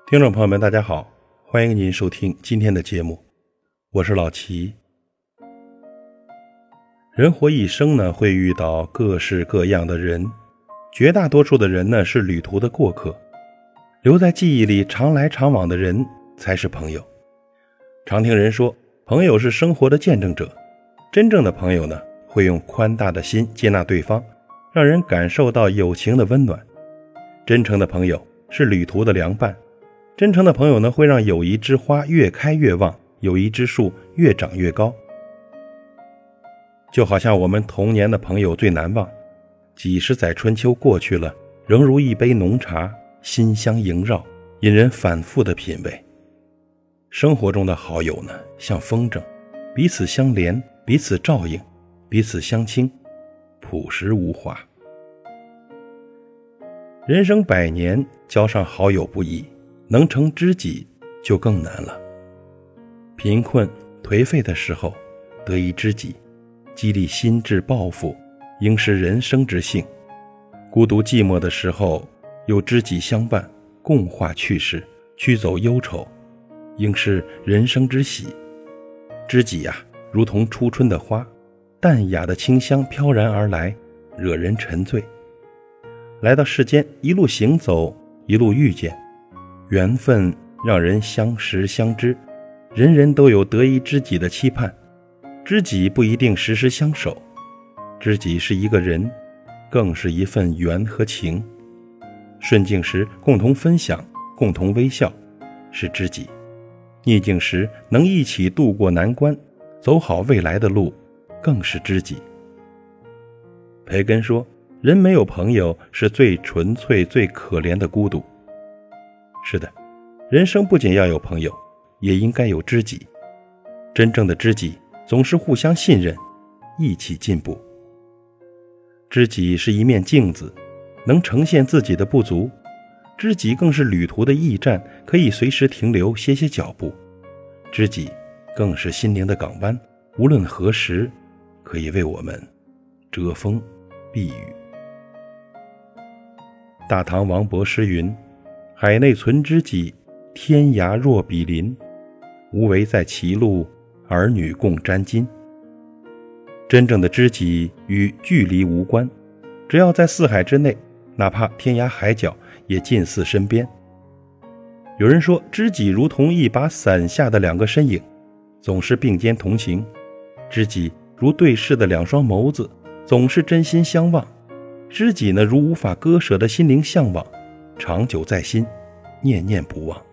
听众朋友们大家好，欢迎您收听今天的节目，我是老齐。人活一生呢，会遇到各式各样的人，绝大多数的人呢是旅途的过客，留在记忆里常来常往的人才是朋友。常听人说，朋友是生活的见证者，真正的朋友呢，会用宽大的心接纳对方，让人感受到友情的温暖。真诚的朋友是旅途的良伴，真诚的朋友呢，会让友谊之花越开越旺，友谊之树越长越高。就好像我们童年的朋友最难忘，几十载春秋过去了，仍如一杯浓茶，馨香萦绕，引人反复的品味。生活中的好友呢，像风筝，彼此相连，彼此照应，彼此相倾，朴实无华。人生百年，交上好友不易，能成知己就更难了。贫困颓废的时候，得一知己，激励心智抱负，应是人生之幸。孤独寂寞的时候，有知己相伴，共话趣事，驱走忧愁，应是人生之喜。知己呀，如同初春的花，淡雅的清香飘然而来，惹人沉醉。来到世间，一路行走，一路遇见，缘分让人相识相知，人人都有得一知己的期盼。知己不一定时时相守，知己是一个人，更是一份缘和情。顺境时共同分享，共同微笑，是知己；逆境时能一起度过难关，走好未来的路，更是知己。培根说，人没有朋友是最纯粹最可怜的孤独。是的，人生不仅要有朋友，也应该有知己。真正的知己总是互相信任，一起进步。知己是一面镜子，能呈现自己的不足；知己更是旅途的驿站，可以随时停留歇歇脚步；知己更是心灵的港湾，无论何时可以为我们遮风避雨。大唐王勃诗云，海内存知己，天涯若比邻，无为在歧路，儿女共沾巾。真正的知己与距离无关，只要在四海之内，哪怕天涯海角，也近似身边。有人说，知己如同一把伞下的两个身影，总是并肩同行；知己如对视的两双眸子，总是真心相望；知己呢，如无法割舍的心灵向往，长久在心，念念不忘。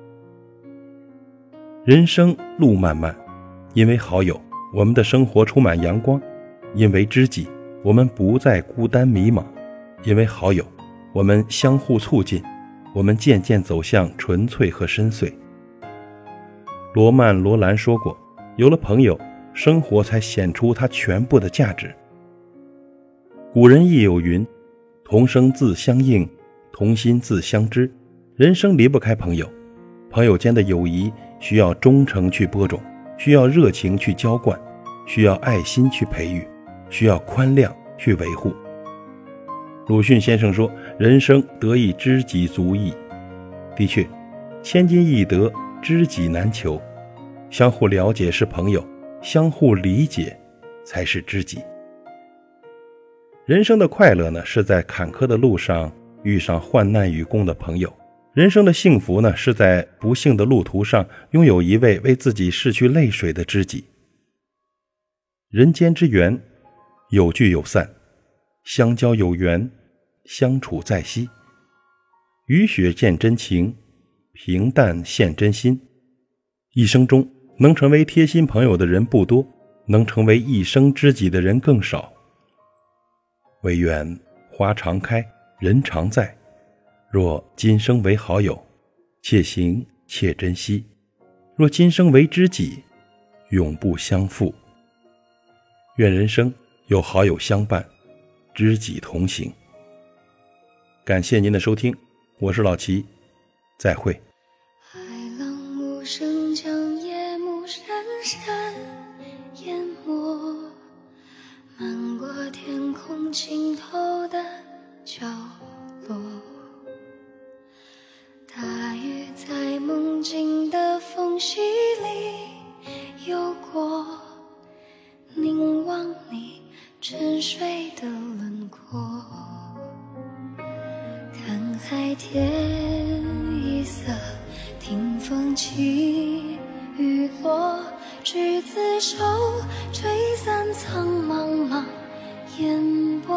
人生路漫漫，因为好友，我们的生活充满阳光；因为知己，我们不再孤单迷茫；因为好友，我们相互促进，我们渐渐走向纯粹和深邃。罗曼·罗兰说过，有了朋友，生活才显出它全部的价值。古人亦有云，同声自相应，同心自相知。人生离不开朋友，朋友间的友谊需要忠诚去播种，需要热情去浇灌，需要爱心去培育，需要宽谅去维护。鲁迅先生说，人生得一知己足矣。的确，千金易得，知己难求。相互了解是朋友，相互理解才是知己。人生的快乐呢，是在坎坷的路上遇上患难与共的朋友；人生的幸福呢，是在不幸的路途上拥有一位为自己拭去泪水的知己。人间之缘，有聚有散，相交有缘，相处在昔。雨雪见真情，平淡现真心。一生中能成为贴心朋友的人不多，能成为一生知己的人更少。唯愿花常开，人常在。若今生为好友，且行且珍惜；若今生为知己，永不相负。愿人生有好友相伴，知己同行。感谢您的收听，我是老齐，再会。 海浪无声将夜幕深深淹没，漫过天空尽头的角落。大雨在水的轮廓，看海天一色，听风起雨落，执子手，吹散苍茫茫烟波。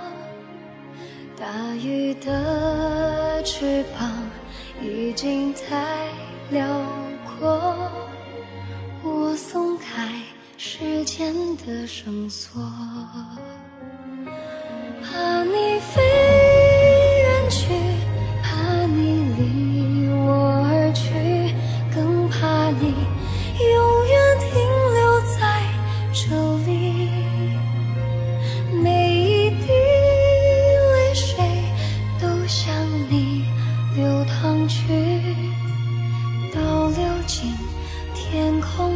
大鱼的翅膀已经太辽阔，我松开时间的绳索，怕你飞远去，怕你离我而去，更怕你永远停留在这里。每一滴泪水都向你流淌去，倒流进天空